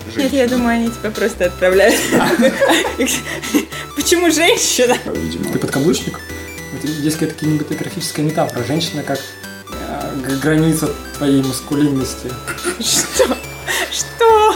женщина. Нет, я думаю, они тебя просто отправляют. Почему женщина? Ты подкаблучник? Есть какая-то кинематографическая метафора. Женщина как граница твоей маскулинности. Что?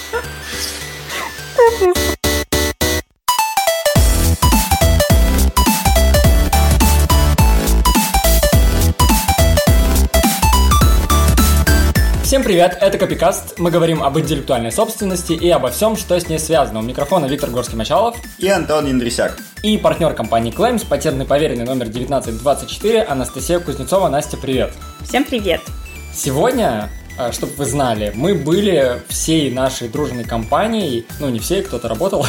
Всем привет, это Копикаст. Мы говорим об интеллектуальной собственности и обо всем, что с ней связано. У микрофона Виктор Горский-Мачалов и Антон Индрисяк. И партнер компании Claims, патентный поверенный номер 1924, Анастасия Кузнецова. Настя, привет. Всем привет. Сегодня, чтобы вы знали, мы были всей нашей дружной компанией, ну не всей, кто-то работал,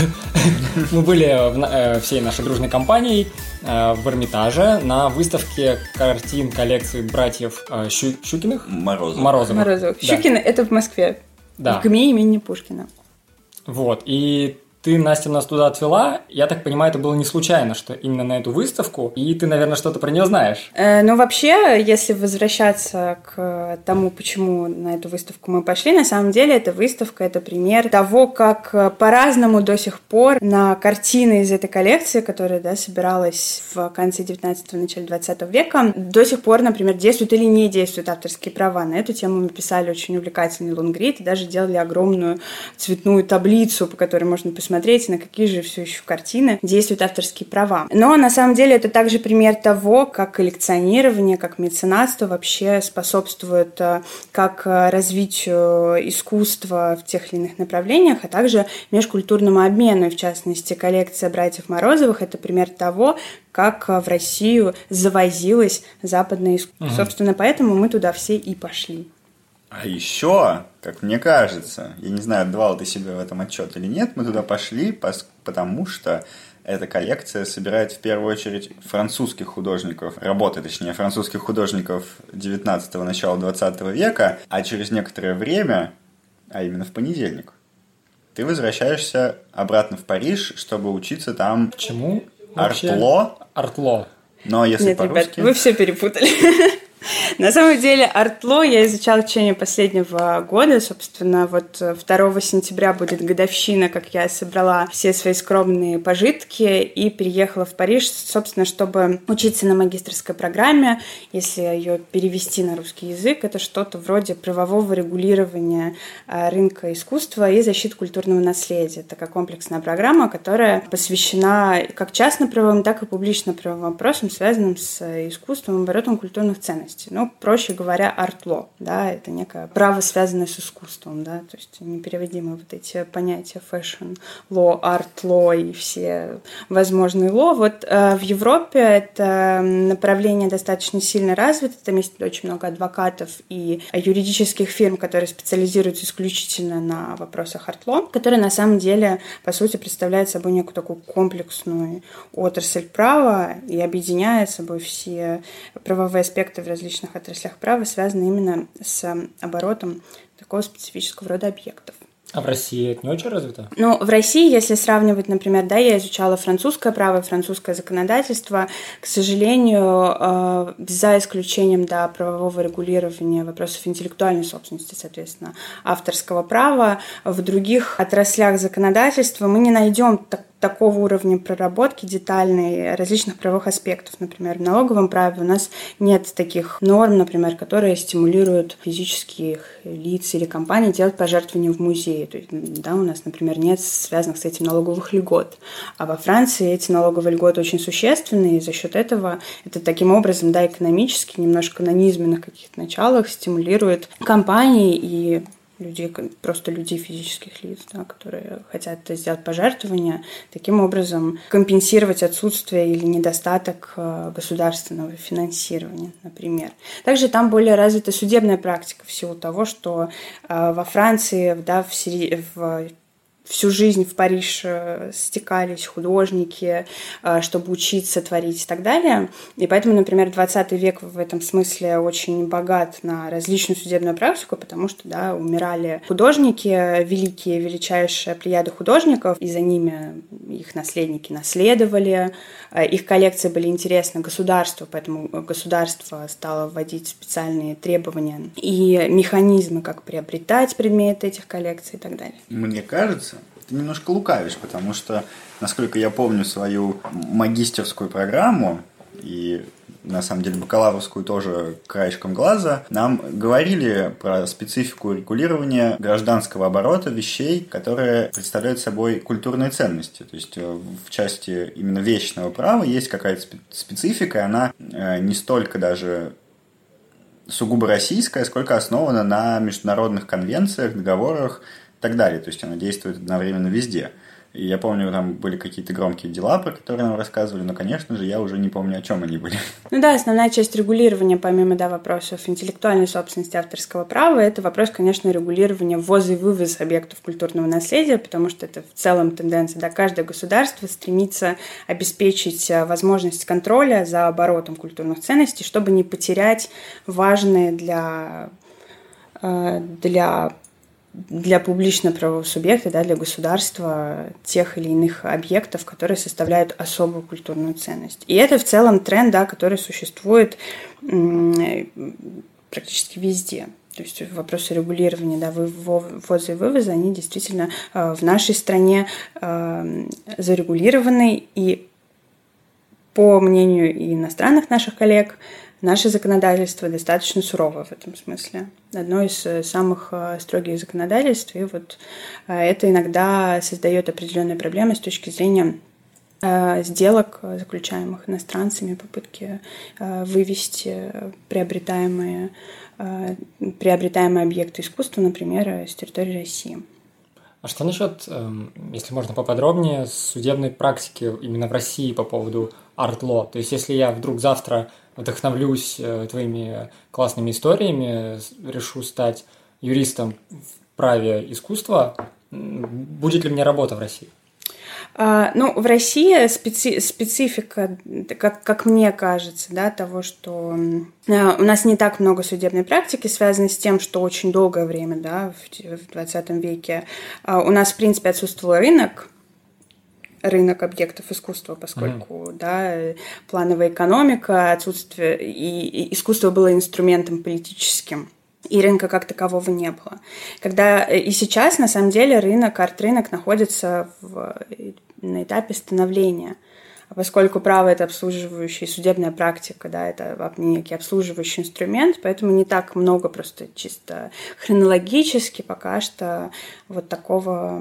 мы были всей нашей дружной компанией в Эрмитаже на выставке картин коллекции братьев Щукиных. Морозовых. Щукины — это в Москве, да. В ГМИ имени Пушкина. Вот, и ты, Настя, нас туда отвела. Я так понимаю, это было не случайно, что именно на эту выставку. И ты, наверное, что-то про нее знаешь. Ну, вообще, если возвращаться к тому, почему на эту выставку мы пошли, на самом деле эта выставка — это пример того, как по-разному до сих пор на картины из этой коллекции, которая собиралась в конце 19-го, начале 20 века, до сих пор, например, действуют или не действуют авторские права. На эту тему мы писали очень увлекательный лонгрид и даже делали огромную цветную таблицу, по которой можно посмотреть, на какие же все еще картины действуют авторские права. Но на самом деле это также пример того, как коллекционирование, как меценатство вообще способствует как развитию искусства в тех или иных направлениях, а также межкультурному обмену. И в частности, коллекция братьев Морозовых — это пример того, как в Россию завозилось западное искусство. Собственно, поэтому мы туда все и пошли. А еще, как мне кажется, я не знаю, отдавал ты себе в этом отчет или нет, мы туда пошли, потому что эта коллекция собирает в первую очередь французских художников, работы, точнее, французских художников 19-го, начала 20 века, а через некоторое время, а именно в понедельник, ты возвращаешься обратно в Париж, чтобы учиться там... Чему? Артло. Но если Нет, по-русски... ребят, вы все перепутали. На самом деле, артло я изучала в течение последнего года. Собственно, вот 2 сентября будет годовщина, как я собрала все свои скромные пожитки и переехала в Париж, собственно, чтобы учиться на магистерской программе. Если ее перевести на русский язык, это что-то вроде правового регулирования рынка искусства и защиты культурного наследия. Такая комплексная программа, которая посвящена как частно-правовым, так и публично-правовым вопросам, связанным с искусством и оборотом культурных ценностей. Ну, проще говоря, артло, да, это некое право, связанное с искусством, да, то есть непереводимые вот эти понятия fashion law, art law и все возможные law. Вот в Европе это направление достаточно сильно развито, там есть очень много адвокатов и юридических фирм, которые специализируются исключительно на вопросах артло, которые на самом деле, по сути, представляют собой некую такую комплексную отрасль права и объединяет собой все правовые аспекты в различных отраслях права, связаны именно с оборотом такого специфического рода объектов. А в России это не очень развито? Ну, в России, если сравнивать, например, да, я изучала французское право и французское законодательство, к сожалению, за исключением, да, правового регулирования вопросов интеллектуальной собственности, соответственно, авторского права, в других отраслях законодательства мы не найдем такого уровня проработки детальной различных правовых аспектов. Например, в налоговом праве у нас нет таких норм, например, которые стимулируют физических лиц или компаний делать пожертвования в музее. То есть, да, у нас, например, нет связанных с этим налоговых льгот. А во Франции эти налоговые льготы очень существенные, и за счет этого это таким образом, да, экономически, немножко на низменных каких-то началах стимулирует компании и людей, просто людей, физических лиц, да, которые хотят сделать пожертвования, таким образом компенсировать отсутствие или недостаток государственного финансирования, например. Также там более развита судебная практика в силу того, что во Франции, да, всю жизнь в Париж стекались художники, чтобы учиться творить и так далее. И поэтому, например, 20 век в этом смысле очень богат на различную судебную практику, потому что, да, умирали художники, величайшая плеяда художников, и за ними их наследники наследовали, их коллекции были интересны государству, поэтому государство стало вводить специальные требования и механизмы, как приобретать предметы этих коллекций и так далее. Мне кажется, ты немножко лукавишь, потому что, насколько я помню свою магистерскую программу и, на самом деле, бакалаврскую тоже краешком глаза, нам говорили про специфику регулирования гражданского оборота вещей, которые представляют собой культурные ценности. То есть в части именно вечного права есть какая-то специфика, и она не столько даже сугубо российская, сколько основана на международных конвенциях, договорах и так далее. То есть она действует одновременно везде. И я помню, там были какие-то громкие дела, про которые нам рассказывали, но, конечно же, я уже не помню, о чем они были. Ну да, основная часть регулирования, помимо вопросов интеллектуальной собственности, авторского права, это вопрос, конечно, регулирования ввоза и вывоза объектов культурного наследия, потому что это в целом тенденция. Да, каждое государство стремится обеспечить возможность контроля за оборотом культурных ценностей, чтобы не потерять важные для публично-правового субъекта, да, для государства тех или иных объектов, которые составляют особую культурную ценность. И это в целом тренд, да, который существует практически везде. То есть вопросы регулирования, да, ввоза и вывоза, они действительно в нашей стране зарегулированы. И по мнению и иностранных наших коллег, наше законодательство достаточно сурово в этом смысле. Одно из самых строгих законодательств, и вот это иногда создает определенные проблемы с точки зрения сделок, заключаемых иностранцами, попытки вывести приобретаемые объекты искусства, например, с территории России. А что насчет, если можно поподробнее, судебной практики именно в России по поводу арт-ло? То есть, если я вдруг завтра вдохновлюсь твоими классными историями, решу стать юристом в праве искусства, будет ли мне работа в России? Ну, в России специфика, как мне кажется, да, того, что у нас не так много судебной практики, связанной с тем, что очень долгое время, да, в 20 веке у нас, в принципе, отсутствовал рынок объектов искусства, поскольку да, плановая экономика, отсутствие, и искусство было инструментом политическим, и рынка как такового не было. И сейчас, на самом деле, арт-рынок находится на этапе становления. А поскольку право – это обслуживающий, судебная практика, да, это некий обслуживающий инструмент, поэтому не так много просто чисто хронологически пока что вот такого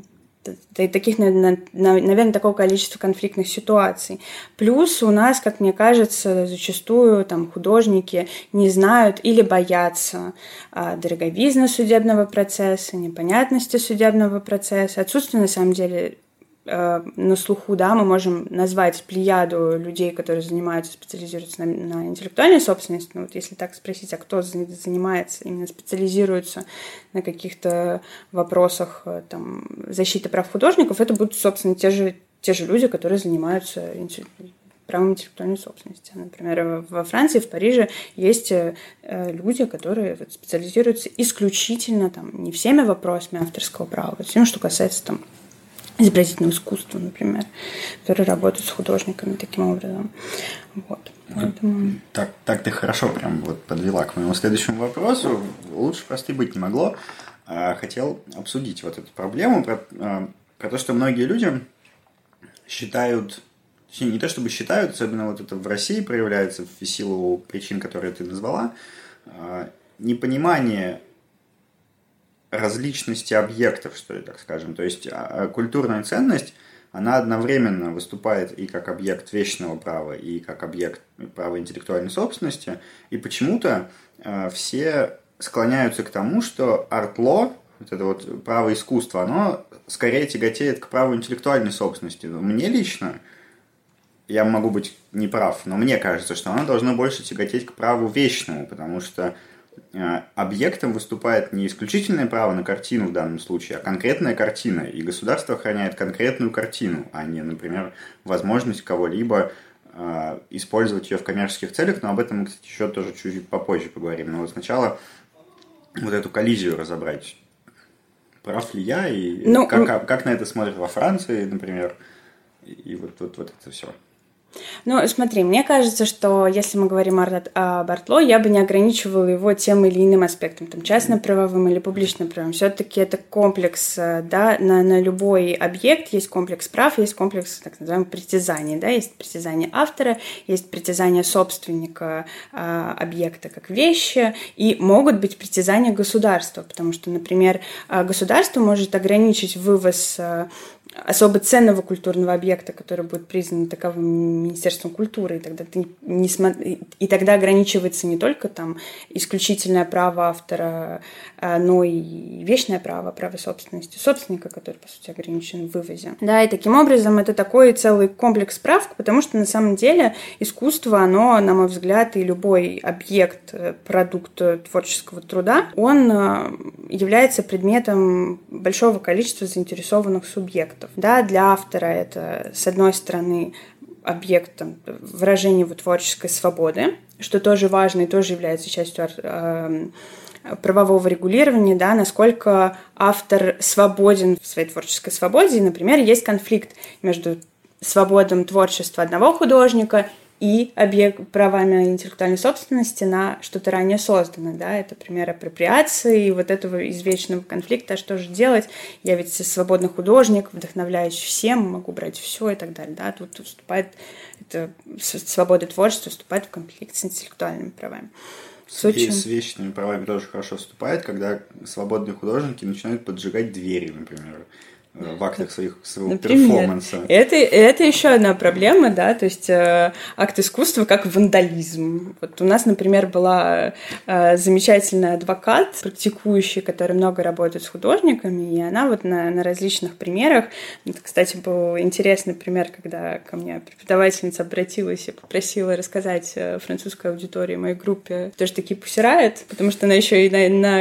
количества конфликтных ситуаций. Плюс у нас, как мне кажется, зачастую там художники не знают или боятся дороговизны судебного процесса, непонятности судебного процесса, отсутствие, на самом деле, на слуху, да, мы можем назвать плеяду людей, которые специализируются на интеллектуальной собственности. Но вот если так спросить, а кто занимается, именно специализируется на каких-то вопросах там, защиты прав художников, это будут, собственно, те же люди, которые занимаются правом интеллектуальной собственности. Например, во Франции, в Париже есть люди, которые специализируются исключительно там, не всеми вопросами авторского права, а всем, что касается там, изобразительного искусства, например, которые работают с художниками таким образом. Вот. Поэтому... Так ты хорошо прям вот подвела к моему следующему вопросу. Лучше просто и быть не могло. Хотел обсудить вот эту проблему про то, что многие люди считают, не то чтобы считают, особенно вот это в России проявляется в силу причин, которые ты назвала, непонимание различности объектов, что ли, так скажем. То есть культурная ценность, она одновременно выступает и как объект вечного права, и как объект права интеллектуальной собственности. И почему-то все склоняются к тому, что арт-ло, вот это вот право искусства, оно скорее тяготеет к праву интеллектуальной собственности. Мне лично, я могу быть неправ, но мне кажется, что оно должно больше тяготеть к праву вечному, потому что объектом выступает не исключительное право на картину в данном случае, а конкретная картина. И государство охраняет конкретную картину, а не, например, возможность кого-либо использовать ее в коммерческих целях. Но об этом мы, кстати, еще тоже чуть-чуть попозже поговорим. Но вот сначала вот эту коллизию разобрать. Прав ли я? И как на это смотрят во Франции, например? и вот это все. Ну, смотри, мне кажется, что если мы говорим об арт-ло, я бы не ограничивала его тем или иным аспектом, там, частно-правовым или публично-правовым. Все-таки это комплекс, да, на любой объект есть комплекс прав, есть комплекс, так называемых, притязаний, да, есть притязание автора, есть притязание собственника объекта как вещи, и могут быть притязания государства, потому что, например, государство может ограничить вывоз особо ценного культурного объекта, который будет признан таковым Министерством культуры, и тогда и тогда ограничивается не только там исключительное право автора, но и вечное право собственности собственника, который, по сути, ограничен в вывозе. Да, и таким образом это такой целый комплекс прав, потому что на самом деле искусство, оно, на мой взгляд, и любой объект, продукт творческого труда, он является предметом большого количества заинтересованных субъектов. Да, для автора это, с одной стороны, объект выражения его творческой свободы, что тоже важно и тоже является частью правового регулирования, да, насколько автор свободен в своей творческой свободе. И, например, есть конфликт между свободой творчества одного художника и правами интеллектуальной собственности на что-то ранее созданное. Да? Это пример апроприации и вот этого извечного конфликта. А что же делать? Я ведь свободный художник, вдохновляюсь всем, могу брать все и так далее. Да? Тут вступает свобода творчества вступает в конфликт с интеллектуальными правами. С вечными правами тоже хорошо вступает, когда свободные художники начинают поджигать двери, например, в актах своего перформанса. Это еще одна проблема, да, то есть акт искусства как вандализм. Вот у нас, например, была замечательная адвокат, практикующая, которая много работает с художниками, и она вот на различных примерах, это, кстати, был интересный пример, когда ко мне преподавательница обратилась и попросила рассказать французской аудитории, моей группе, тоже таки Пусирает, потому что она еще и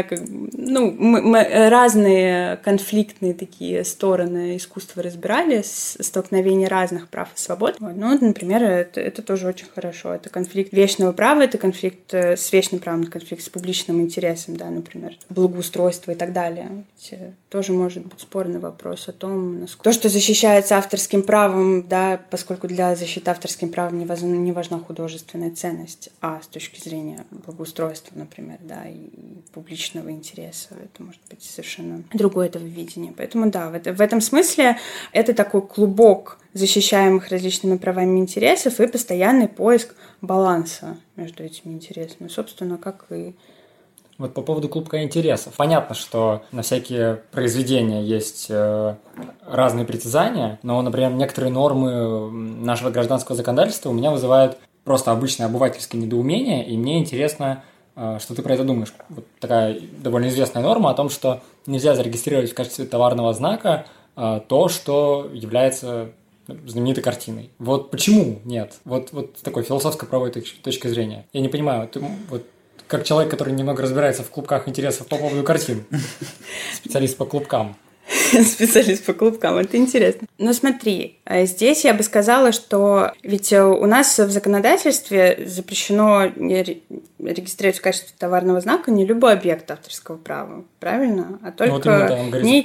разные конфликтные такие стороны искусства разбирали, столкновение разных прав и свобод. Ну, например, это тоже очень хорошо. Это конфликт вечного права, это конфликт с вечным правом, конфликт с публичным интересом, да, например, благоустройство и так далее. Тоже может быть спорный вопрос о том, насколько... То, что защищается авторским правом, да, поскольку для защиты авторским правом не важна художественная ценность, а с точки зрения благоустройства, например, да, и публичного интереса, это может быть совершенно другое этого видение. Поэтому, да, в этом смысле это такой клубок защищаемых различными правами интересов и постоянный поиск баланса между этими интересами. Собственно, как и... Вот по поводу клубка интересов. Понятно, что на всякие произведения есть разные притязания, но, например, некоторые нормы нашего гражданского законодательства у меня вызывают просто обычное обывательское недоумение, и мне интересно, что ты про это думаешь. Вот такая довольно известная норма о том, что нельзя зарегистрировать в качестве товарного знака то, что является знаменитой картиной. Вот почему нет? Вот с такой философско-правовой точки зрения. Я не понимаю, ты вот как человек, который немного разбирается в клубках интересов по поводу картин, специалист по клубкам. Специалист по клубкам, это интересно. Но смотри, здесь я бы сказала, что ведь у нас в законодательстве запрещено регистрировать в качестве товарного знака не любой объект авторского права, правильно? А только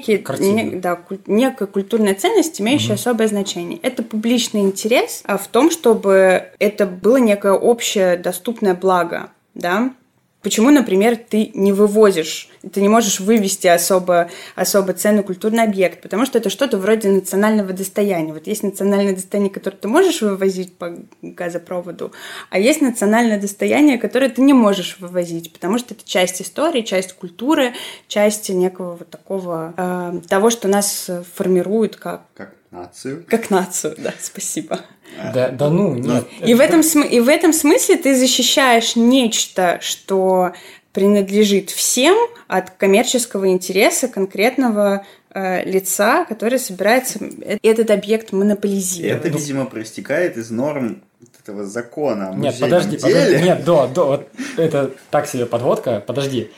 некая культурная ценность, имеющая особое значение. Это публичный интерес в том, чтобы это было некое общее доступное благо, да? Почему, например, ты не вывозишь, ты не можешь вывести особо ценный культурный объект? Потому что это что-то вроде национального достояния. Вот есть национальное достояние, которое ты можешь вывозить по газопроводу, а есть национальное достояние, которое ты не можешь вывозить, потому что это часть истории, часть культуры, часть некого вот такого, того, что нас формирует как нацию. Как нацию, да, спасибо. Нет. И в этом смысле ты защищаешь нечто, что принадлежит всем от коммерческого интереса конкретного лица, который собирается этот объект монополизировать. Это, видимо, проистекает из норм этого закона. Нет, подожди. Нет, вот это так себе подводка. Подожди.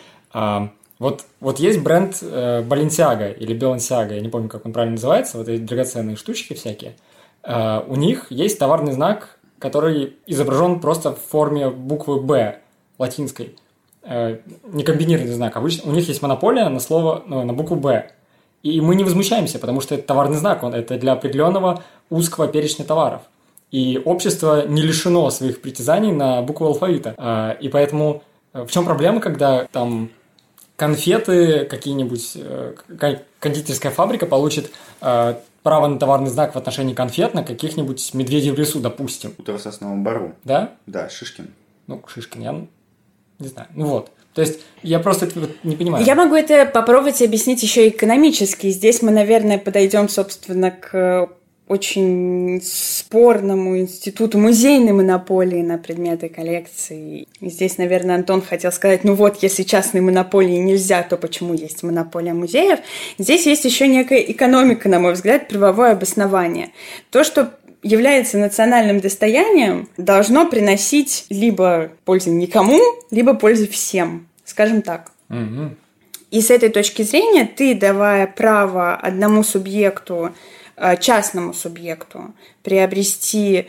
Вот есть бренд Balenciaga или Balenciaga, я не помню, как он правильно называется, вот эти драгоценные штучки всякие. У них есть товарный знак, который изображен просто в форме буквы «Б» латинской. Не комбинированный знак. Обычно у них есть монополия на слово, на букву «Б». И мы не возмущаемся, потому что это товарный знак, это для определенного узкого перечня товаров. И общество не лишено своих притязаний на букву алфавита. И поэтому в чем проблема, когда там конфеты какие-нибудь, кондитерская фабрика получит право на товарный знак в отношении конфет на каких-нибудь медведей в лесу, допустим. Утро в Сосновом Бору. Да? Да, Шишкин. Шишкин, я не знаю. То есть я просто это не понимаю. Я могу это попробовать объяснить еще экономически. Здесь мы, наверное, подойдем, собственно, к очень спорному институту музейной монополии на предметы коллекции. И здесь, наверное, Антон хотел сказать, если частной монополии нельзя, то почему есть монополия музеев? Здесь есть еще некая экономика, на мой взгляд, правовое обоснование. То, что является национальным достоянием, должно приносить либо пользу никому, либо пользу всем, скажем так. Угу. И с этой точки зрения ты, давая право одному субъекту, частному субъекту, приобрести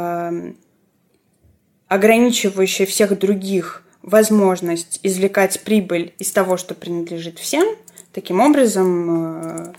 ограничивающую всех других возможность извлекать прибыль из того, что принадлежит всем, таким образом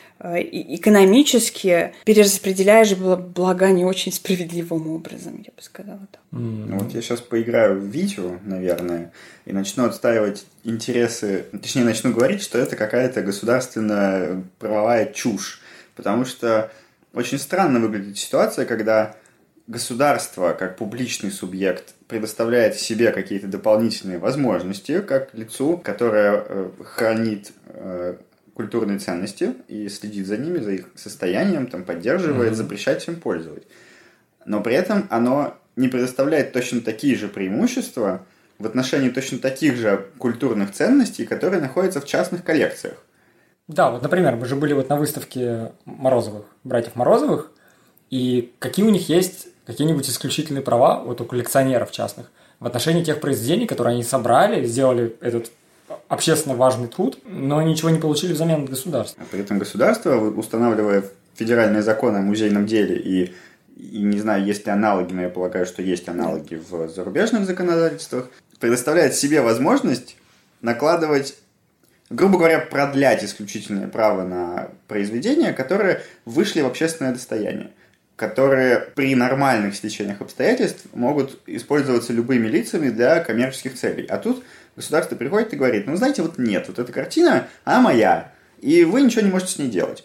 экономически перераспределяешь блага не очень справедливым образом, я бы сказала так. Я сейчас поиграю в Витю, наверное, и начну отстаивать интересы, точнее, начну говорить, что это какая-то государственная правовая чушь. Потому что очень странно выглядит ситуация, когда государство, как публичный субъект, предоставляет себе какие-то дополнительные возможности, как лицу, которое хранит культурные ценности и следит за ними, за их состоянием, поддерживает, запрещает им пользовать. Но при этом оно не предоставляет точно такие же преимущества в отношении точно таких же культурных ценностей, которые находятся в частных коллекциях. Да, например, мы же были на выставке братьев Морозовых, и какие у них есть какие-нибудь исключительные права, у коллекционеров частных, в отношении тех произведений, которые они собрали, сделали этот общественно важный труд, но ничего не получили взамен от государства. А при этом государство, устанавливая федеральные законы о музейном деле и не знаю, есть ли аналоги, но я полагаю, что есть аналоги в зарубежных законодательствах, предоставляет себе возможность накладывать, грубо говоря, продлять исключительное право на произведения, которые вышли в общественное достояние, которые при нормальных стечениях обстоятельств могут использоваться любыми лицами для коммерческих целей. А тут государство приходит и говорит, знаете, нет, эта картина, она моя, и вы ничего не можете с ней делать.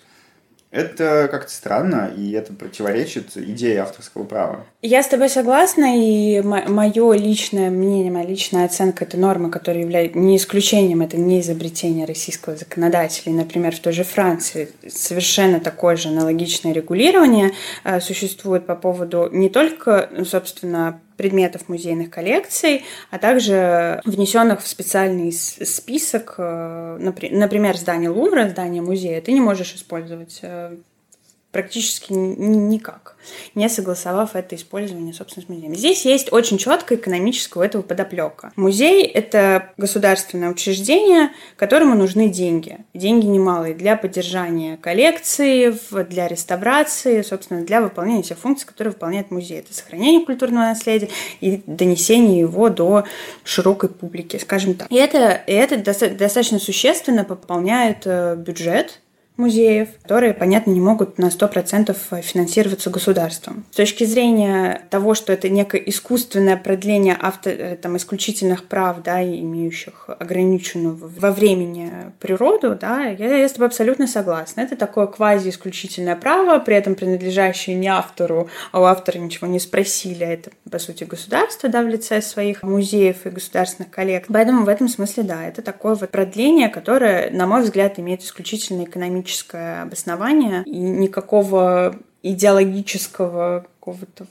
Это как-то странно, и это противоречит идее авторского права. Я с тобой согласна, и мое личное мнение, моя личная оценка этой нормы, которая является не исключением, это не изобретение российского законодателя. Например, в той же Франции совершенно такое же аналогичное регулирование существует по поводу не только, собственно, предметов музейных коллекций, а также внесенных в специальный список, например, здание Лувра, здание музея, ты не можешь использовать практически никак, не согласовав это использование, собственно, с музеем. Здесь есть очень четкая экономическая у этого подоплека. Музей – это государственное учреждение, которому нужны деньги. Деньги немалые для поддержания коллекции, для реставрации, собственно, для выполнения всех функций, которые выполняет музей. Это сохранение культурного наследия и донесение его до широкой публики, скажем так. И это достаточно существенно пополняет бюджет музеев, которые, понятно, не могут на 100% финансироваться государством. С точки зрения того, что это некое искусственное продление исключительных прав, имеющих ограниченную во времени природу, я с тобой абсолютно согласна. Это такое квази-исключительное право, при этом принадлежащее не автору, а у автора ничего не спросили, а это, по сути, государство, в лице своих музеев и государственных коллекций. Поэтому в этом смысле, это такое продление, которое, на мой взгляд, имеет исключительно экономическое обоснование и никакого идеологического какого-то...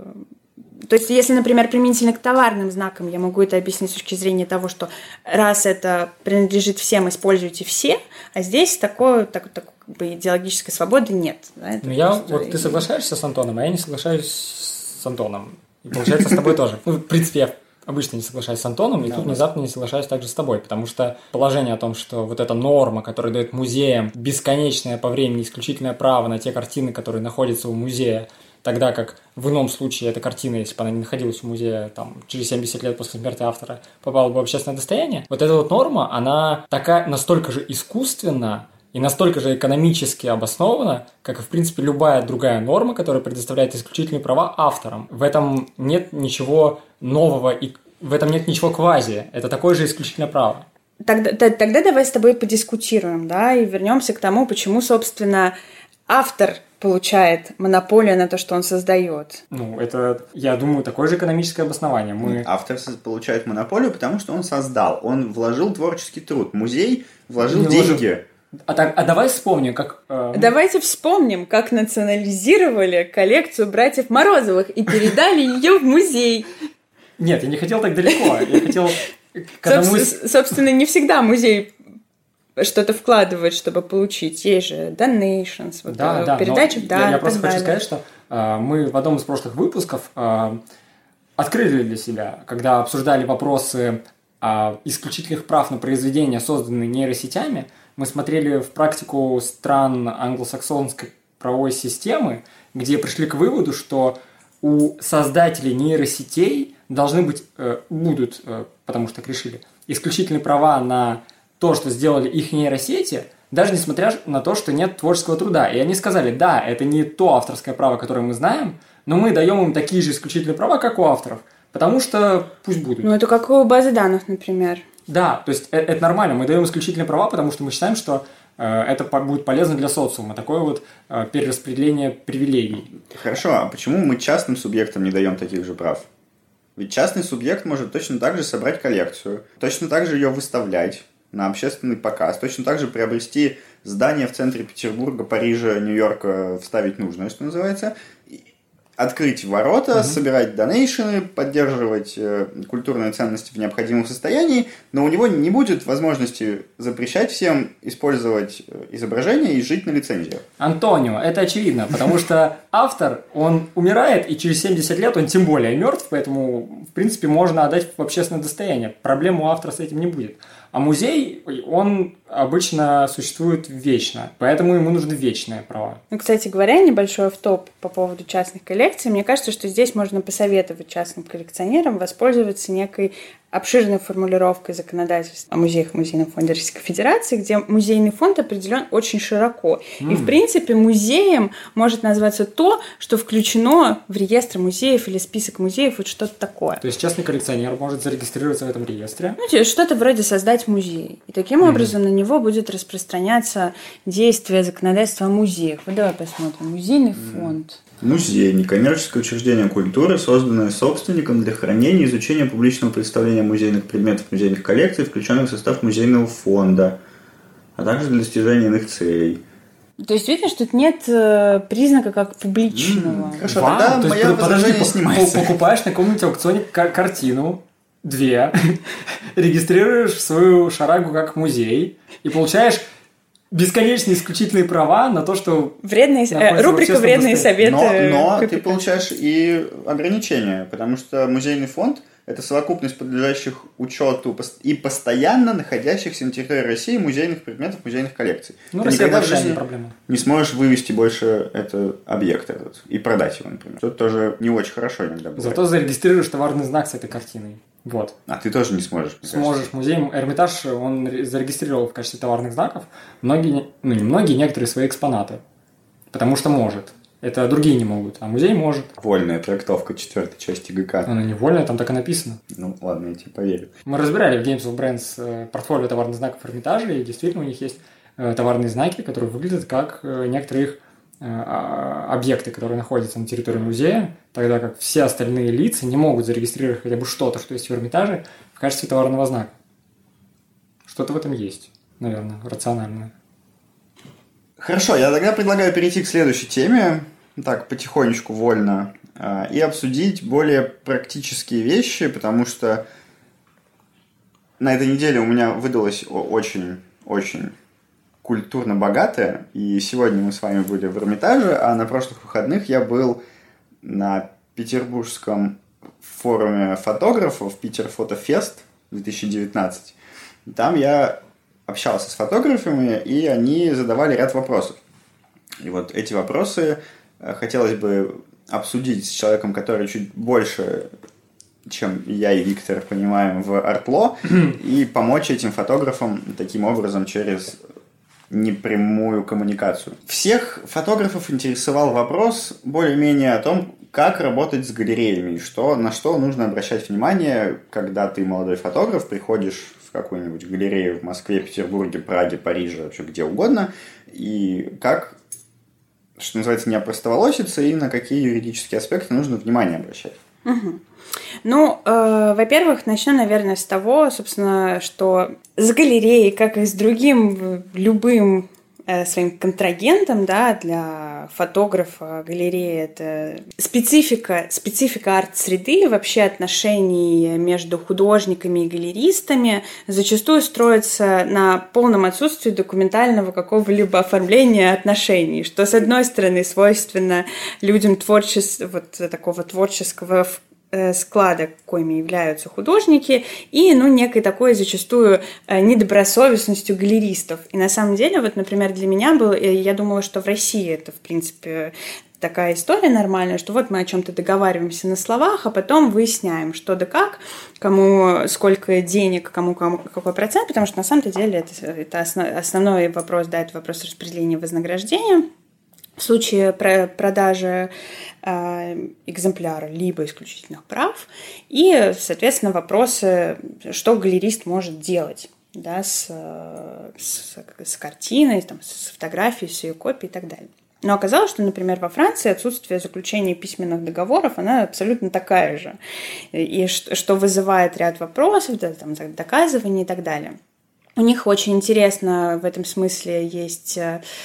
То есть, если, например, применительно к товарным знакам, я могу это объяснить с точки зрения того, что раз это принадлежит всем, используйте все, а здесь такой идеологической свободы нет. Ты соглашаешься с Антоном, а я не соглашаюсь с Антоном. И получается, с тобой тоже. В принципе, я обычно не соглашаюсь с Антоном, и тут внезапно не соглашаюсь также с тобой, потому что положение о том, что вот эта норма, которая дает музеям бесконечное по времени исключительное право на те картины, которые находятся у музея, тогда как в ином случае эта картина, если бы она не находилась в музее через 70 лет после смерти автора, попала бы в общественное достояние, вот эта норма, она настолько же искусственна, и и настолько же экономически обоснована, как и, в принципе, любая другая норма, которая предоставляет исключительные права авторам. В этом нет ничего нового и в этом нет ничего квази. Это такое же исключительное право. Тогда давай с тобой подискутируем, да, и вернемся к тому, почему, собственно, автор получает монополию на то, что он создает. Ну, это, я думаю, такое же экономическое обоснование. Автор получает монополию, потому что он создал, он вложил творческий труд. Музей вложил деньги. А давай вспомним, как... Давайте вспомним, как национализировали коллекцию братьев Морозовых и передали ее в музей. Нет, я не хотел так далеко. Я хотел... Собственно, не всегда музей что-то вкладывает, чтобы получить. Есть же donations, передачи, да. Я просто хочу сказать, что мы в одном из прошлых выпусков открыли для себя, когда обсуждали вопросы исключительных прав на произведения, созданные нейросетями, мы смотрели в практику стран англосаксонской правовой системы, где пришли к выводу, что у создателей нейросетей будут, потому что так решили, исключительные права на то, что сделали их нейросети, даже несмотря на то, что нет творческого труда. И они сказали, да, это не то авторское право, которое мы знаем, но мы даем им такие же исключительные права, как у авторов, потому что пусть будут. Ну, это как у базы данных, например. Да, то есть это нормально, мы даем исключительные права, потому что мы считаем, что это будет полезно для социума, такое вот перераспределение привилегий. Хорошо, а почему мы частным субъектам не даем таких же прав? Ведь частный субъект может точно так же собрать коллекцию, точно так же ее выставлять на общественный показ, точно так же приобрести здание в центре Петербурга, Парижа, Нью-Йорка, вставить нужное, что называется, открыть ворота, собирать донейшены, поддерживать культурные ценности в необходимом состоянии, но у него не будет возможности запрещать всем использовать изображения и жить на лицензиях. Антонио, это очевидно, потому что автор, он умирает, и через 70 лет он тем более мертв, поэтому, в принципе, можно отдать в общественное достояние. Проблем у автора с этим не будет. А музей, он обычно существует вечно, поэтому ему нужны вечные права. Ну, кстати говоря, небольшой автоп по поводу частных коллекций. Мне кажется, что здесь можно посоветовать частным коллекционерам воспользоваться некой обширной формулировкой законодательства о музеях и музейном фонде Российской Федерации, где музейный фонд определен очень широко. И, в принципе, музеем может назваться то, что включено в реестр музеев или список музеев, вот что-то такое. То есть частный коллекционер может зарегистрироваться в этом реестре? Ну, то есть что-то вроде создать музей. И таким образом на него будет распространяться действие законодательства о музеях. Вот давай посмотрим. Музейный фонд. Музей – некоммерческое учреждение культуры, созданное собственником для хранения и изучения публичного представления музейных предметов музейных коллекций, включенных в состав музейного фонда, а также для достижения иных целей. То есть видно, что тут нет признака как публичного. Хорошо, тогда мое возражение снимается. Покупаешь на каком-нибудь аукционе картину, 2, регистрируешь свою шарагу как музей и получаешь бесконечные исключительные права на то, что... Рубрика «Вредные советы». Но ты получаешь и ограничения, потому что музейный фонд – это совокупность подлежащих учету и постоянно находящихся на территории России музейных предметов, музейных коллекций. Ну, ты Россия никогда в большая жизни проблема. Не сможешь вывести больше этот объект этот и продать его, например. Это тоже не очень хорошо иногда бывает. Зато зарегистрируешь товарный знак с этой картиной. Вот. А ты тоже не сможешь. Сможешь. Музей Эрмитаж, он зарегистрировал в качестве товарных знаков некоторые свои экспонаты. Потому что может. Это другие не могут, а музей может. Вольная трактовка 4 части ГК. Она не вольная, там так и написано. Ну, ладно, я тебе поверю. Мы разбирали в Games of Brands портфолио товарных знаков Эрмитажа, и действительно у них есть товарные знаки, которые выглядят как некоторые их объекты, которые находятся на территории музея, тогда как все остальные лица не могут зарегистрировать хотя бы что-то, что есть в Эрмитаже, в качестве товарного знака. Что-то в этом есть, наверное, рациональное. Хорошо, я тогда предлагаю перейти к следующей теме, так, потихонечку, вольно, и обсудить более практические вещи, потому что на этой неделе у меня выдалось очень культурно богатая, и сегодня мы с вами были в Эрмитаже, а на прошлых выходных я был на Петербургском форуме фотографов Питер Фотофест 2019. Там я общался с фотографами, и они задавали ряд вопросов. И вот эти вопросы хотелось бы обсудить с человеком, который чуть больше, чем я и Виктор, понимаем в арт-ло, и помочь этим фотографам таким образом через непрямую коммуникацию. Всех фотографов интересовал вопрос более-менее о том, как работать с галереями, на что нужно обращать внимание, когда ты молодой фотограф, приходишь в какую-нибудь галерею в Москве, Петербурге, Праге, Париже, вообще где угодно, и как, что называется, не опростоволоситься, и на какие юридические аспекты нужно внимание обращать. Угу. Ну, во-первых, начну, наверное, с того, собственно, что с галереей, как и с другим любым своим контрагентом, да, для фотографа галерея — это специфика арт-среды, вообще отношений между художниками и галеристами зачастую строится на полном отсутствии документального какого-либо оформления отношений, что, с одной стороны, свойственно людям такого творческого склада, коими являются художники, и, некой такой зачастую недобросовестностью галеристов. И на самом деле, например, для меня я думала, что в России это, в принципе, такая история нормальная, что мы о чем-то договариваемся на словах, а потом выясняем, что да как, кому сколько денег, кому какой процент, потому что на самом деле это основной вопрос, да, это вопрос распределения вознаграждения. В случае продажи экземпляра либо исключительных прав и, соответственно, вопросы, что галерист может делать, да, с картиной, с фотографией, с ее копией и так далее. Но оказалось, что, например, во Франции отсутствие заключения письменных договоров, она абсолютно такая же, и что вызывает ряд вопросов, да, доказываний и так далее. У них очень интересно в этом смысле есть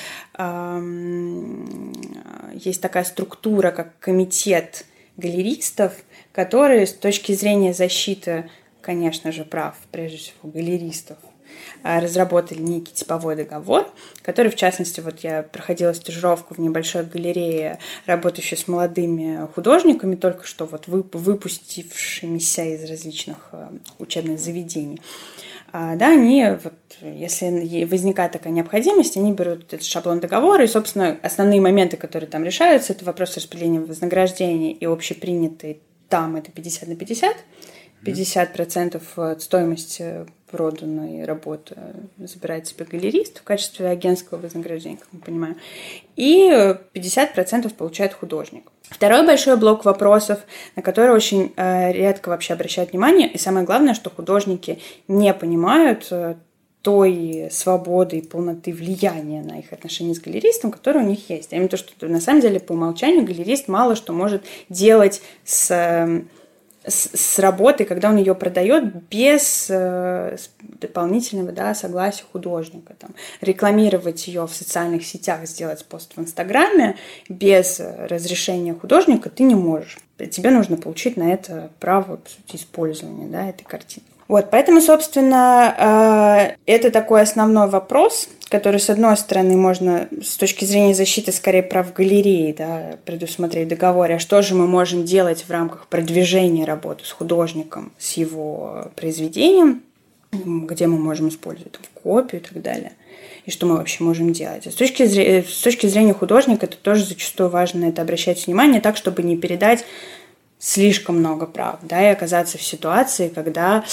такая структура, как комитет галеристов, который с точки зрения защиты, конечно же, прав, прежде всего, галеристов, разработали некий типовой договор, который, в частности, я проходила стажировку в небольшой галерее, работающей с молодыми художниками, только что выпустившимися из различных учебных заведений. Да, они, если возникает такая необходимость, они берут этот шаблон договора, и, собственно, основные моменты, которые там решаются, это вопрос распределения вознаграждения и общепринятый там это 50/50, 50% от стоимости проданной работы забирает себе галерист в качестве агентского вознаграждения, как мы понимаем, и 50% получает художник. Второй большой блок вопросов, на которые очень редко вообще обращают внимание, и самое главное, что художники не понимают той свободы и полноты влияния на их отношения с галеристом, которое у них есть. А именно то, что на самом деле по умолчанию галерист мало что может делать с работой, когда он ее продает без дополнительного согласия художника. Рекламировать ее в социальных сетях, сделать пост в Инстаграме без разрешения художника ты не можешь. Тебе нужно получить на это право, по сути, использования этой картины. Поэтому, собственно, это такой основной вопрос, который, с одной стороны, можно с точки зрения защиты, скорее, прав галереи, предусмотреть в договоре, а что же мы можем делать в рамках продвижения работы с художником, с его произведением, где мы можем использовать копию и так далее, и что мы вообще можем делать. С точки зрения художника, это тоже зачастую важно на это обращать внимание, так, чтобы не передать слишком много прав, и оказаться в ситуации, когда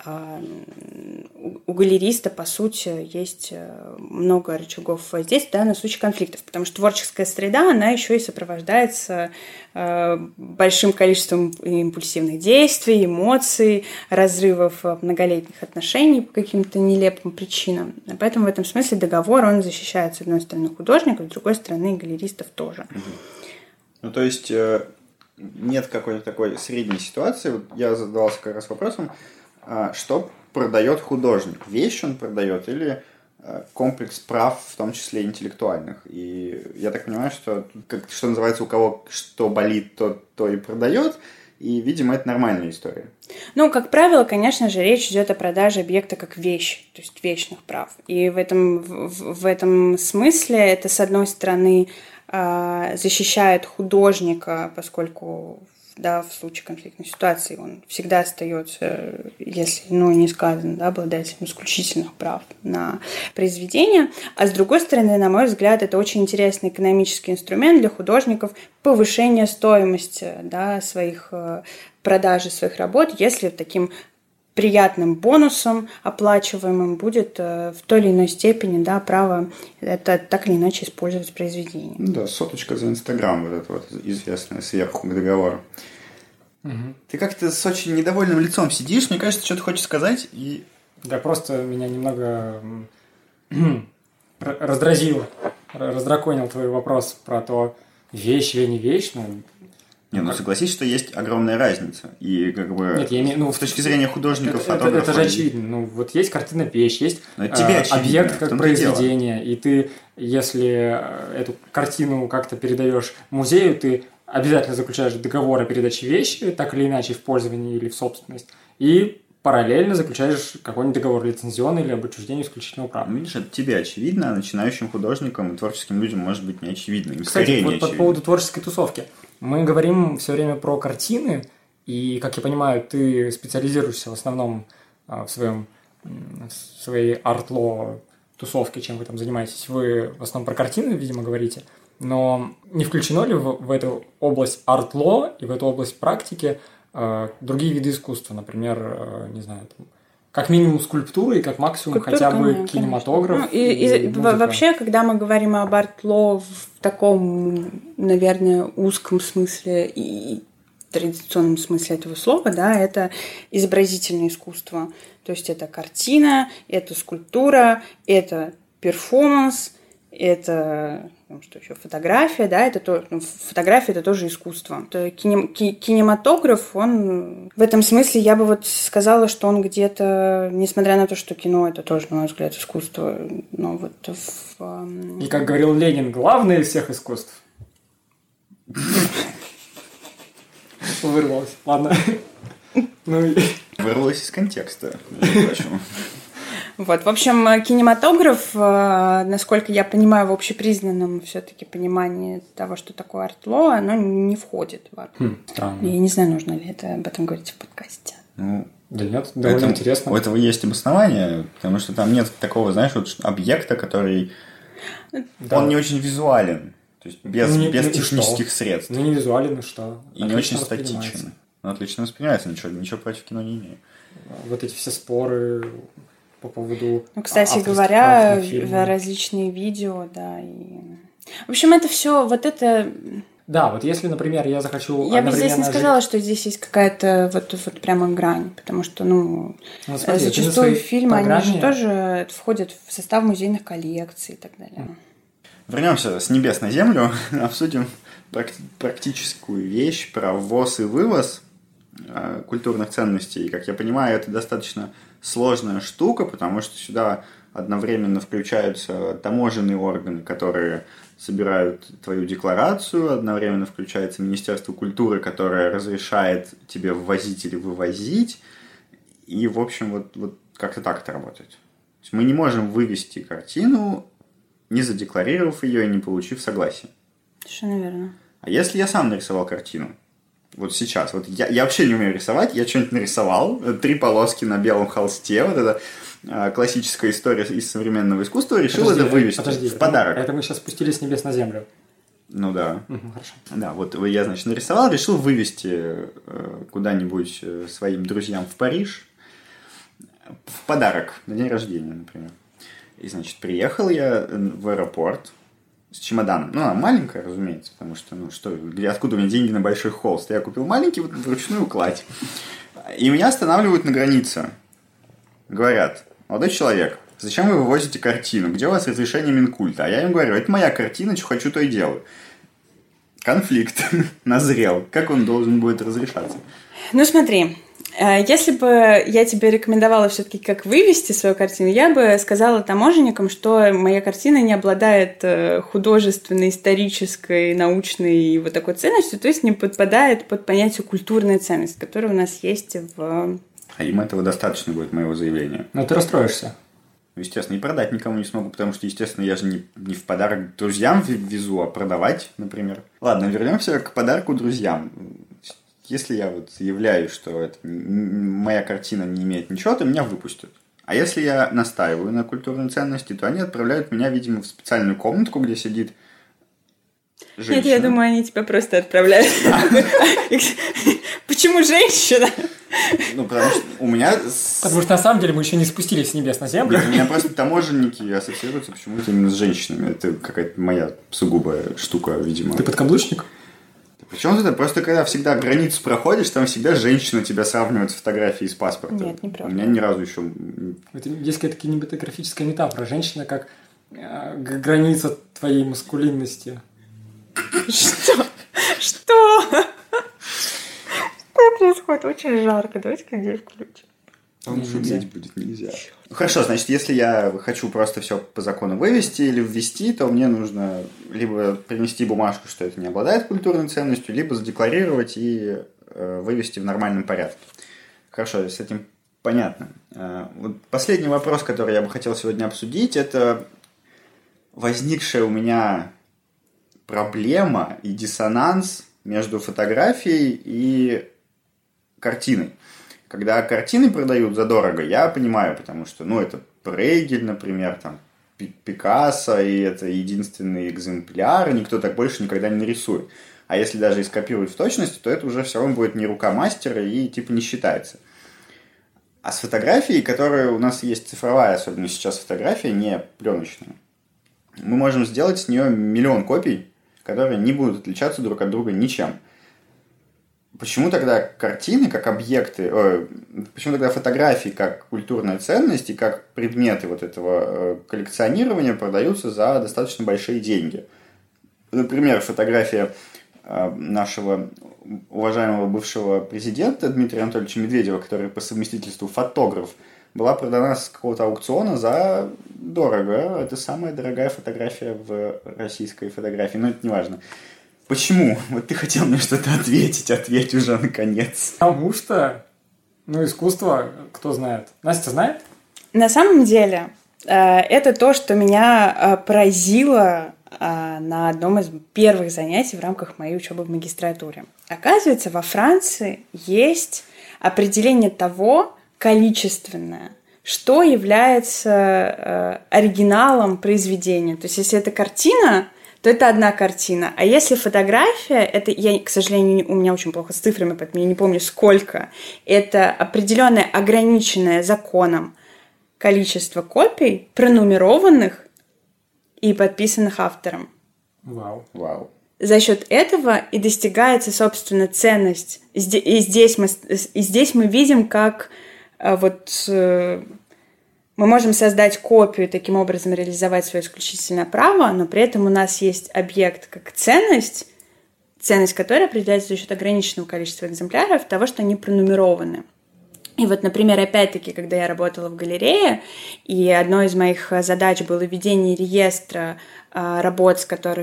у галериста, по сути, есть много рычагов воздействия на случай конфликтов, потому что творческая среда, она еще и сопровождается большим количеством импульсивных действий, эмоций, разрывов многолетних отношений по каким-то нелепым причинам. Поэтому в этом смысле договор, он защищает, с одной стороны, художников, с другой стороны, галеристов тоже. То есть нет какой-то такой средней ситуации. Я задавался как раз вопросом, что продает художник? Вещь он продает или комплекс прав, в том числе интеллектуальных? И я так понимаю, что называется, у кого что болит, то и продает. И, видимо, это нормальная история. Как правило, конечно же, речь идет о продаже объекта как вещи, то есть вечных прав. И в этом смысле это, с одной стороны, защищает художника, поскольку в случае конфликтной ситуации он всегда остается, если не сказано, обладателем исключительных прав на произведение. А с другой стороны, на мой взгляд, это очень интересный экономический инструмент для художников повышения стоимости продажи своих работ, если таким приятным бонусом оплачиваемым будет в той или иной степени, да, право это так или иначе использовать в произведении. Да, соточка за Инстаграм, вот это вот известное сверху к договору. Ты как-то с очень недовольным лицом сидишь, мне кажется, что-то хочешь сказать, и... Да, просто меня немного раздраконил твой вопрос про то, вещь или не вещь, согласись, что есть огромная разница. И как бы нет, я имею, с точки зрения художников, фотографов... Это же очевидно. Вот есть картина вещь, есть объект как произведение, и ты, если эту картину как-то передаешь музею, ты обязательно заключаешь договор о передаче вещи, так или иначе, в пользование или в собственность, и параллельно заключаешь какой-нибудь договор лицензионный или об отчуждении исключительного права. Видишь, это тебе очевидно, а начинающим художникам и творческим людям может быть не очевидно. Им кстати, вот по поводу творческой тусовки. Мы говорим все время про картины, и, как я понимаю, ты специализируешься в основном в своей арт-ло тусовке, чем вы там занимаетесь. Вы в основном про картины, видимо, говорите. Но не включено ли в эту область арт-ло и в эту область практики другие виды искусства, например, не знаю, там, как минимум скульптура и как максимум хотя бы кинематограф. Вообще, когда мы говорим об арт-ло в таком, наверное, узком смысле и традиционном смысле этого слова, да, это изобразительное искусство. То есть это картина, это скульптура, это перформанс, это что еще, фотография, да, фотография это тоже искусство. Кинематограф, он в этом смысле, я бы вот сказала, что он где-то, несмотря на то, что кино это тоже, на мой взгляд, искусство, но вот И как говорил Ленин, главное из всех искусств. Вырвалось. Ладно. Вырвалось из контекста. Вот, в общем, кинематограф, насколько я понимаю, в общепризнанном все-таки понимании того, что такое арт-ло, оно не входит в странно. Я не знаю, нужно ли это об этом говорить в подкасте. Да нет, довольно интересно. У этого есть обоснование, потому что там нет такого, знаешь, вот объекта, который... Да. Он не очень визуален, то есть без технических средств. Не визуален, и что? И не очень статичен. Но отлично воспринимается, ничего против кино не имею. Вот эти все споры... по поводу... кстати говоря, различные видео, да. В общем, это все вот это... Да, вот если, например, я захочу... Я бы здесь не сказала, что здесь есть какая-то вот прямо грань, потому что, смотри, зачастую фильмы, они же тоже входят в состав музейных коллекций и так далее. Вернемся с небес на землю, обсудим практическую вещь про ввоз и вывоз культурных ценностей. И, как я понимаю, это достаточно сложная штука, потому что сюда одновременно включаются таможенные органы, которые собирают твою декларацию, одновременно включается Министерство культуры, которое разрешает тебе ввозить или вывозить. И, в общем, вот как-то так это работает. То есть мы не можем вывести картину, не задекларировав ее и не получив согласия. Совершенно верно. А если я сам нарисовал картину? Вот сейчас. Вот я вообще не умею рисовать, я что-нибудь нарисовал, 3 полоски на белом холсте, вот это классическая история из современного искусства, решил это вывести в подарок. Это мы сейчас спустились с небес на землю. Ну да. Хорошо. Да, вот я, значит, нарисовал, решил вывести куда-нибудь своим друзьям в Париж в подарок на день рождения, например. И, значит, приехал я в аэропорт с чемоданом. Ну, она маленькая, разумеется, потому что, откуда у меня деньги на большой холст? Я купил маленький, вот вручную кладь. И меня останавливают на границе. Говорят: молодой человек, зачем вы вывозите картину? Где у вас разрешение Минкульта? А я им говорю: это моя картина, что хочу, то и делаю. Конфликт назрел. Как он должен будет разрешаться? Ну, смотри. Если бы я тебе рекомендовала все-таки, как вывести свою картину, я бы сказала таможенникам, что моя картина не обладает художественной, исторической, научной и вот такой ценностью, то есть не подпадает под понятие культурная ценность, которая у нас есть в... А им этого достаточно будет, моего заявления. Но ты расстроишься. Естественно, и продать никому не смогу, потому что, естественно, я же не в подарок друзьям везу, а продавать, например. Ладно, вернемся к подарку друзьям. Если я вот заявляю, что моя картина не имеет ничего, то меня выпустят. А если я настаиваю на культурной ценности, то они отправляют меня, видимо, в специальную комнатку, где сидит женщина. Нет, я думаю, они тебя просто отправляют. Почему женщина? Ну, потому что у меня... Потому что на самом деле мы еще не спустились с небес на землю. У меня просто таможенники ассоциируются почему-то именно с женщинами. Это какая-то моя сугубая штука, видимо. Ты подкаблучник? Причем это просто когда всегда границу проходишь, там всегда женщина тебя сравнивает с фотографией из паспорта. Нет, неправда. У меня ни разу еще... Это есть какая-то кинематографическая метафора. Женщина как граница твоей маскулинности. Что? Что? Что происходит? Очень жарко. Давайте-ка здесь включим. Там шуметь будет нельзя. Хорошо, значит, если я хочу просто все по закону вывести или ввести, то мне нужно либо принести бумажку, что это не обладает культурной ценностью, либо задекларировать и вывести в нормальном порядке. Хорошо, с этим понятно. Вот последний вопрос, который я бы хотел сегодня обсудить, это возникшая у меня проблема и диссонанс между фотографией и картиной. Когда картины продают задорого, я понимаю, потому что, это Брейгель, например, там, Пикассо, и это единственный экземпляр, и никто так больше никогда не нарисует. А если даже и скопируют в точности, то это уже все равно будет не рука мастера и типа не считается. А с фотографией, которая у нас есть цифровая, особенно сейчас фотография, не пленочная, мы можем сделать с нее миллион копий, которые не будут отличаться друг от друга ничем. Почему тогда картины как объекты, почему тогда фотографии как культурная ценность и как предметы вот этого коллекционирования продаются за достаточно большие деньги? Например, фотография нашего уважаемого бывшего президента Дмитрия Анатольевича Медведева, который по совместительству фотограф, была продана с какого-то аукциона за дорого. Это самая дорогая фотография в российской фотографии, но это не важно. Почему? Вот ты хотел мне что-то ответить, ответь уже наконец. Потому что, искусство, кто знает. Настя знает? На самом деле, это то, что меня поразило на одном из первых занятий в рамках моей учебы в магистратуре. Оказывается, во Франции есть определение того, количественное, что является оригиналом произведения. То есть, если это картина, то это одна картина. А если фотография, это, я, к сожалению, у меня очень плохо с цифрами, поэтому я не помню сколько, это определенное ограниченное законом количество копий, пронумерованных и подписанных автором. Вау. За счет этого и достигается, собственно, ценность. И здесь мы видим, как мы можем создать копию, таким образом реализовать свое исключительное право, но при этом у нас есть объект как ценность, которая определяется за счет ограниченного количества экземпляров, того, что они пронумерованы. И вот, например, опять-таки, когда я работала в галерее, и одной из моих задач было ведение реестра работ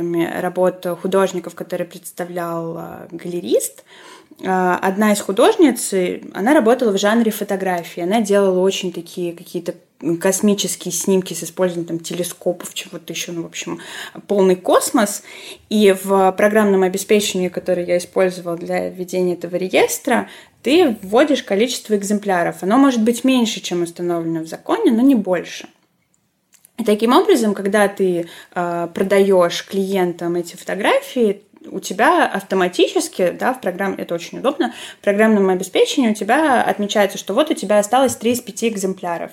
художников, которые представлял галерист, одна из художниц, она работала в жанре фотографии, она делала очень такие какие-то космические снимки с использованием телескопов, чего-то еще, в общем, полный космос. И в программном обеспечении, которое я использовала для ведения этого реестра, ты вводишь количество экземпляров. Оно может быть меньше, чем установлено в законе, но не больше. И таким образом, когда ты продаешь клиентам эти фотографии, у тебя автоматически, в программе, это очень удобно, в программном обеспечении у тебя отмечается, что вот у тебя осталось 3 из 5 экземпляров.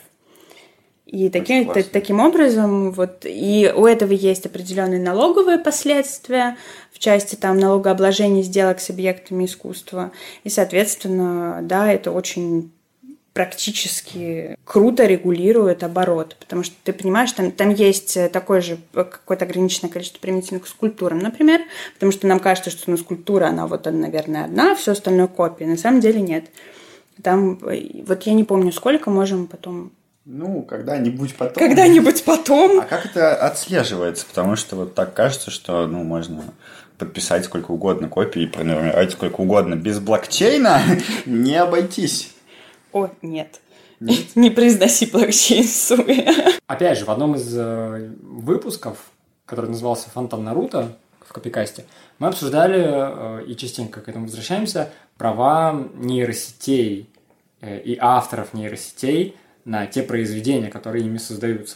И таким образом, и у этого есть определенные налоговые последствия в части налогообложения сделок с объектами искусства. И, соответственно, это очень практически круто регулирует оборот, потому что ты понимаешь, там есть такое же какое-то ограниченное количество применительных к скульптурам, например, потому что нам кажется, что скульптура, она наверное, одна, все остальное копии. На самом деле нет. Там, я не помню, сколько можем потом... когда-нибудь потом. Когда-нибудь потом. А как это отслеживается? Потому что так кажется, что, можно подписать сколько угодно копий и пронумеровать сколько угодно. Без блокчейна не обойтись. О, нет. Не произноси блокчейн, суе. Опять же, в одном из выпусков, который назывался «Фонтан Наруто» в Копикасте, мы обсуждали, и частенько к этому возвращаемся, права нейросетей и авторов нейросетей на те произведения, которые ими создаются.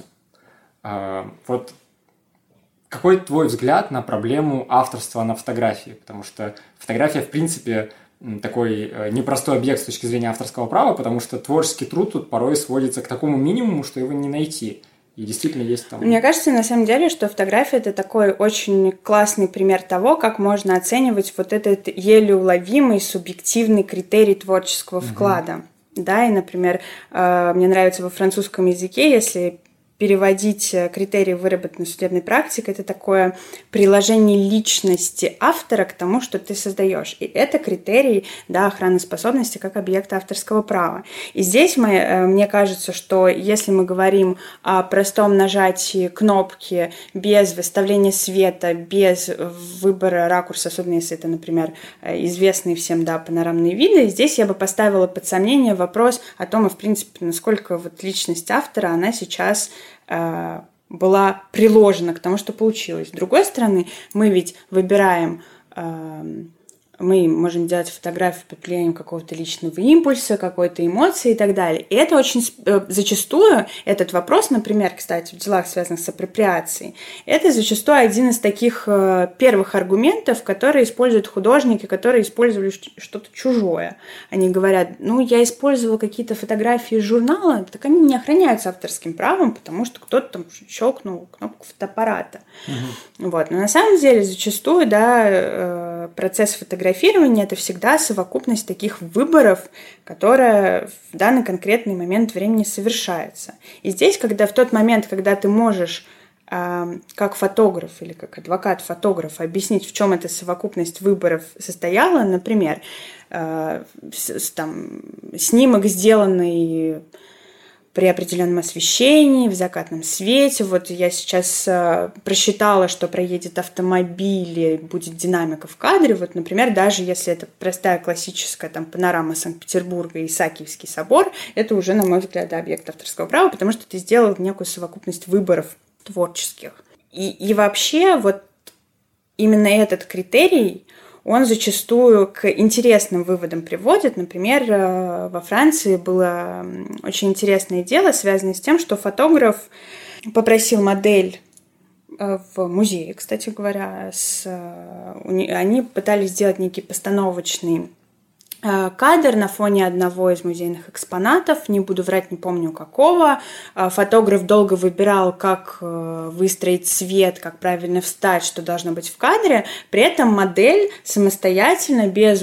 Какой твой взгляд на проблему авторства на фотографии? Потому что фотография, в принципе, такой непростой объект с точки зрения авторского права, потому что творческий труд тут порой сводится к такому минимуму, что его не найти. И действительно есть там... Мне кажется, на самом деле, что фотография – это такой очень классный пример того, как можно оценивать вот этот еле уловимый субъективный критерий творческого вклада. Да, и, например, мне нравится во французском языке, если переводить критерии, выработанные судебной практикой, это такое приложение личности автора к тому, что ты создаешь. И это критерий, да, охраны способности как объекта авторского права. И здесь мне кажется, что если мы говорим о простом нажатии кнопки без выставления света, без выбора ракурса, особенно если это, например, известные всем, да, панорамные виды, здесь я бы поставила под сомнение вопрос о том, в принципе, насколько вот личность автора, она сейчас была приложена к тому, что получилось. С другой стороны, мы ведь выбираем, мы можем делать фотографию под влиянием какого-то личного импульса, какой-то эмоции и так далее. И это очень зачастую, этот вопрос, например, кстати, в делах, связанных с апроприацией, это зачастую один из таких первых аргументов, которые используют художники, которые использовали что-то чужое. Они говорят, я использовала какие-то фотографии из журнала, так они не охраняются авторским правом, потому что кто-то там щелкнул кнопку фотоаппарата. Вот. Но на самом деле зачастую, да, процесс фотографирования это всегда совокупность таких выборов, которая в данный конкретный момент времени совершается. И здесь, в тот момент, когда ты можешь как фотограф или как адвокат фотографа объяснить, в чем эта совокупность выборов состояла, например, снимок, сделанный при определенном освещении, в закатном свете. Вот я сейчас просчитала, что проедет автомобиль и будет динамика в кадре. Вот, например, даже если это простая классическая панорама Санкт-Петербурга и Исаакиевский собор, это уже, на мой взгляд, объект авторского права, потому что ты сделал некую совокупность выборов творческих. И вообще вот именно этот критерий, он зачастую к интересным выводам приводит. Например, во Франции было очень интересное дело, связанное с тем, что фотограф попросил модель в музее, кстати говоря, они пытались сделать некий постановочный кадр на фоне одного из музейных экспонатов, не буду врать, не помню какого. Фотограф долго выбирал, как выстроить свет, как правильно встать, что должно быть в кадре. При этом модель самостоятельно, без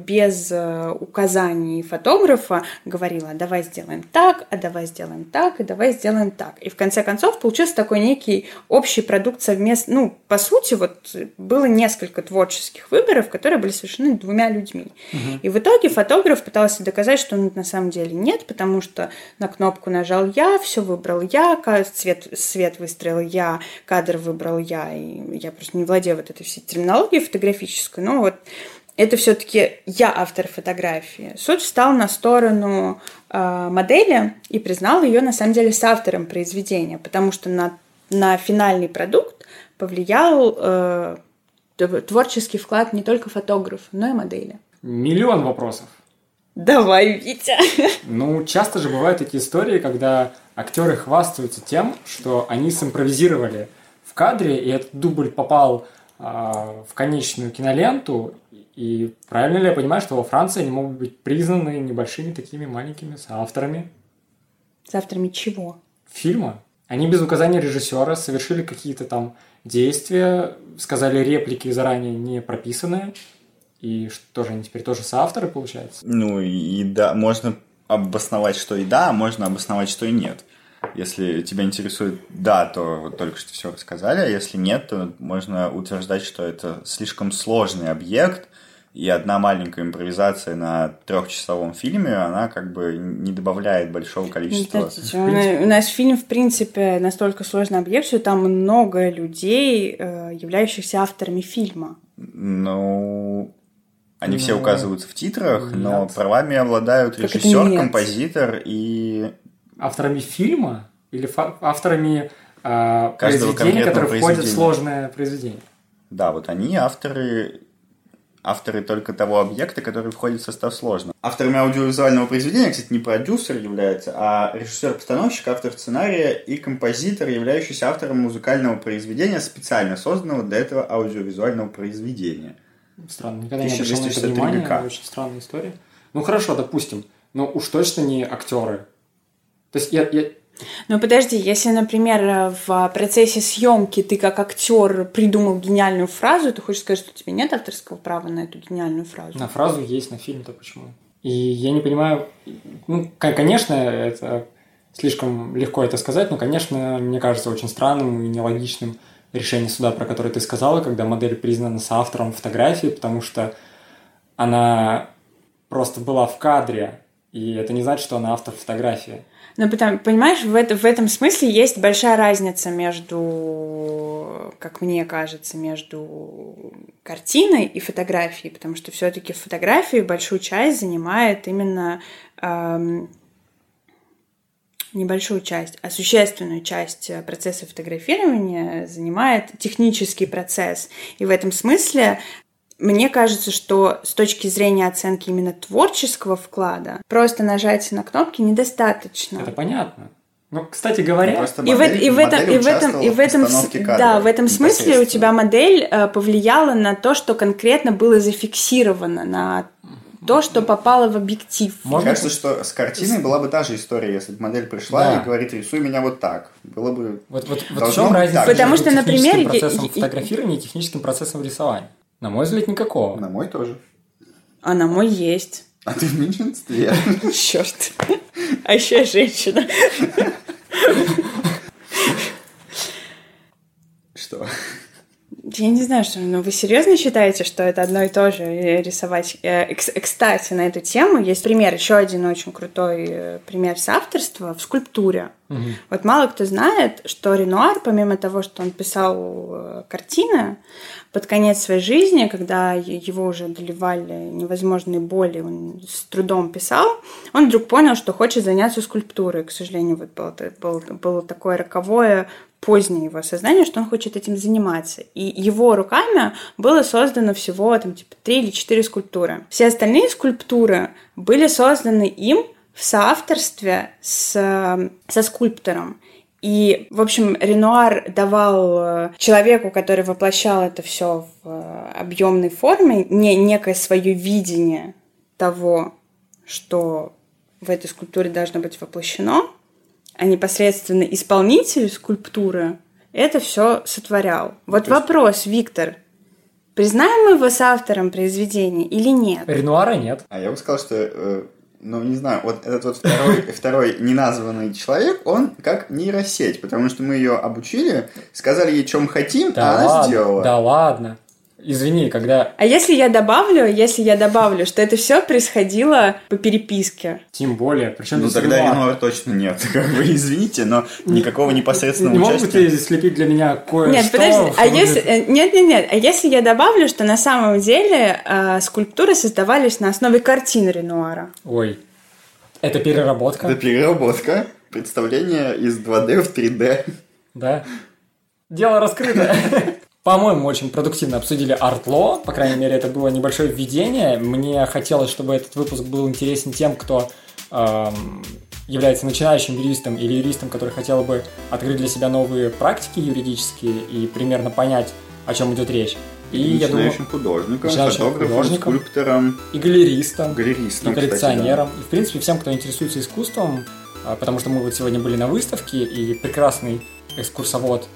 указаний фотографа, говорила: давай сделаем так, а давай сделаем так, и давай сделаем так. И в конце концов получился такой некий общий продукт совместный. По сути, вот было несколько творческих выборов, которые были совершены двумя людьми. И в итоге фотограф пытался доказать, что на самом деле нет, потому что на кнопку нажал я, все выбрал я, свет выстроил я, кадр выбрал я, и я просто не владею вот этой всей терминологией фотографической, но вот это все-таки я автор фотографии. Суд встал на сторону модели и признал ее на самом деле соавтором произведения, потому что на финальный продукт повлиял творческий вклад не только фотографа, но и модели. Миллион вопросов. Давай, Витя. Часто же бывают такие истории, когда актеры хвастаются тем, что они симпровизировали в кадре, и этот дубль попал в конечную киноленту. И правильно ли я понимаю, что во Франции они могут быть признаны небольшими такими маленькими соавторами? Соавторами чего? Фильма. Они без указания режиссера совершили какие-то там действия, сказали реплики заранее не прописанные. И что же, они теперь тоже соавторы, получается? И да, можно обосновать, что и да, можно обосновать, что и нет. Если тебя интересует да, то вот только что все рассказали, а если нет, то можно утверждать, что это слишком сложный объект, и одна маленькая импровизация на 3-часовом фильме, она как бы не добавляет большого количества... У нас фильм, в принципе, настолько сложный объект, что там много людей, являющихся авторами фильма. Они все указываются в титрах, но правами обладают режиссер, композитор и... Авторами фильма? Или авторами произведения, которые входят в сложное произведение? Да, вот они авторы только того объекта, который входит в состав сложного. Авторами аудиовизуального произведения, кстати, не продюсер является, а режиссер-постановщик, автор сценария и композитор, являющийся автором музыкального произведения, специально созданного для этого аудиовизуального произведения. Странно, никогда не обращал на это внимания, очень странная история. Ну хорошо, допустим, но уж точно не актеры. То есть я... Ну подожди, если, например, в процессе съемки ты как актер придумал гениальную фразу, ты хочешь сказать, что у тебя нет авторского права на эту гениальную фразу? На фразу есть, на фильм-то почему? И я не понимаю, ну, конечно, это слишком легко это сказать, но, конечно, мне кажется очень странным и нелогичным решение суда, про которое ты сказала, когда модель признана соавтором фотографии, потому что она просто была в кадре, и это не значит, что она автор фотографии. Ну, потому, понимаешь, в этом смысле есть большая разница между, как мне кажется, между картиной и фотографией, потому что все-таки в фотографии большую часть занимает именно небольшую часть, а существенную часть процесса фотографирования занимает технический процесс. И в этом смысле мне кажется, что с точки зрения оценки именно творческого вклада просто нажатия на кнопки недостаточно. Это понятно. Ну, кстати говоря, в этом смысле у тебя модель повлияла на то, что конкретно было зафиксировано, на то, что попало в объектив. Мне кажется, что с картиной была бы та же история, если бы модель пришла и говорит: рисуй меня вот так. Было бы... Вот в чем разница потому что, например, техническим процессом фотографирования и техническим процессом рисования? На мой взгляд, никакого. На мой тоже. А на мой есть. А ты в меньшинстве. Черт. А еще я женщина. Что? Я не знаю, что... Но вы серьезно считаете, что это одно и то же рисовать? Кстати, на эту тему есть пример, еще один очень крутой пример соавторства в скульптуре. Угу. Вот мало кто знает, что Ренуар, помимо того, что он писал картины, под конец своей жизни, когда его уже одолевали невозможные боли, он с трудом писал, он вдруг понял, что хочет заняться скульптурой. К сожалению, вот было такое роковое позднее его осознание, что он хочет этим заниматься. И его руками было создано всего 3 или 4 скульптуры. Все остальные скульптуры были созданы им в соавторстве со скульптором. И, в общем, Ренуар давал человеку, который воплощал это все в объемной форме, некое свое видение того, что в этой скульптуре должно быть воплощено, а непосредственно исполнитель скульптуры это все сотворял. Вот вопрос, Виктор, признаем мы его соавтором произведения или нет? Ренуара нет. А я бы сказал, что... Ну, не знаю, вот этот вот второй неназванный человек, он как нейросеть, потому что мы ее обучили, сказали ей, что мы хотим, а она сделала. Да ладно. Извини, когда... А если я добавлю, что это все происходило по переписке? Тем более. Причем ну, тогда Ренуара точно нет. Как бы, извините, но никакого непосредственного участия. Не мог бы ты слепить для меня кое-что? Нет, подожди. Нет. А если я добавлю, что на самом деле скульптуры создавались на основе картин Ренуара? Ой. Это переработка? Это переработка. Представление из 2D в 3D. Да. Дело раскрыто. По-моему, очень продуктивно обсудили арт-ло, по крайней мере, это было небольшое введение. Мне хотелось, чтобы этот выпуск был интересен тем, кто является начинающим юристом или юристом, который хотел бы открыть для себя новые практики юридические и примерно понять, о чем идет речь. И я думаю, художником, фотографом, скульптором, и галеристом, и коллекционером. Кстати, да. И, в принципе, всем, кто интересуется искусством, потому что мы вот сегодня были на выставке, и прекрасный экскурсовод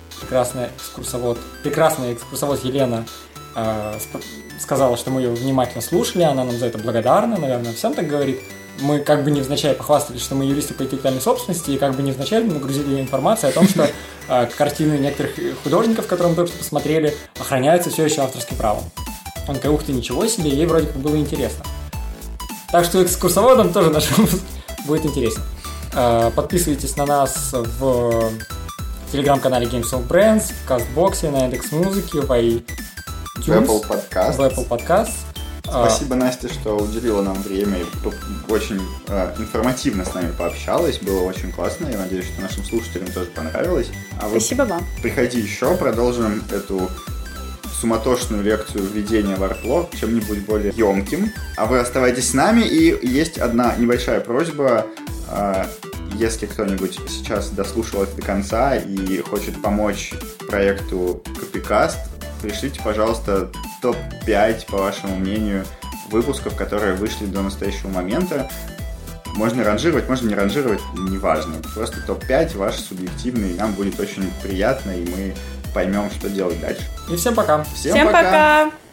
Елена сказала, что мы ее внимательно слушали, она нам за это благодарна, наверное, всем так говорит. Мы как бы невзначай похвастались, что мы юристы по интеллектуальной собственности, и как бы невзначай нагрузили информацию о том, что картины некоторых художников, которые мы только что посмотрели, охраняются все еще авторским правом. Он такой: ух ты, ничего себе, ей вроде как было интересно. Так что экскурсоводам тоже наш выпуск будет интересен. Подписывайтесь на нас в телеграм-канале Games of Brands, в Кастбоксе, на Яндекс.Музыке, в Apple Podcast. Спасибо, Настя, что уделила нам время и очень информативно с нами пообщалась. Было очень классно. Я надеюсь, что нашим слушателям тоже понравилось. Спасибо вам. Приходи еще, продолжим эту суматошную лекцию введения в арт-ло чем-нибудь более емким. А вы оставайтесь с нами. И есть одна небольшая просьба. Если кто-нибудь сейчас дослушал это до конца и хочет помочь проекту Copycast, пришлите, пожалуйста, топ-5, по вашему мнению, выпусков, которые вышли до настоящего момента. Можно ранжировать, можно не ранжировать, неважно. Просто топ-5 ваш субъективный, нам будет очень приятно, и мы поймем, что делать дальше. И всем пока. Всем пока!